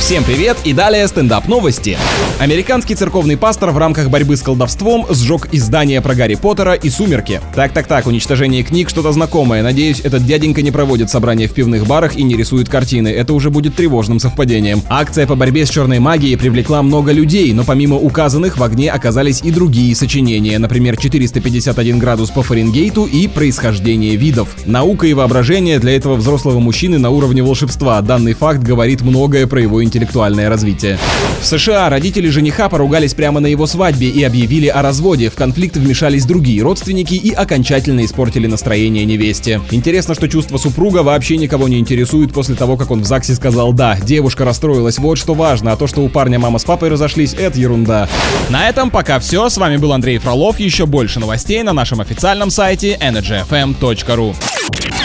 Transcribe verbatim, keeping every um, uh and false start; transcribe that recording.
Всем привет и далее стендап-новости. Американский церковный пастор в рамках борьбы с колдовством сжег издание про Гарри Поттера и «Сумерки». Так-так-так, уничтожение книг что-то знакомое. Надеюсь, этот дяденька не проводит собрания в пивных барах и не рисует картины. Это уже будет тревожным совпадением. Акция по борьбе с черной магией привлекла много людей, но помимо указанных в огне оказались и другие сочинения. Например, четыреста пятьдесят один градус по Фаренгейту и происхождение видов. Наука и воображение для этого взрослого мужчины на уровне волшебства. Данный факт говорит многое про его интеллектуальное развитие. В США родители жениха поругались прямо на его свадьбе и объявили о разводе. В конфликт вмешались другие родственники и окончательно испортили настроение невесте. Интересно, что чувства супруга вообще никого не интересуют после того, как он в ЗАГСе сказал «да». Девушка расстроилась, вот что важно, а то, что у парня мама с папой разошлись, это ерунда. На этом пока все. С вами был Андрей Фролов. Еще больше новостей на нашем официальном сайте энерджи эф эм точка ру.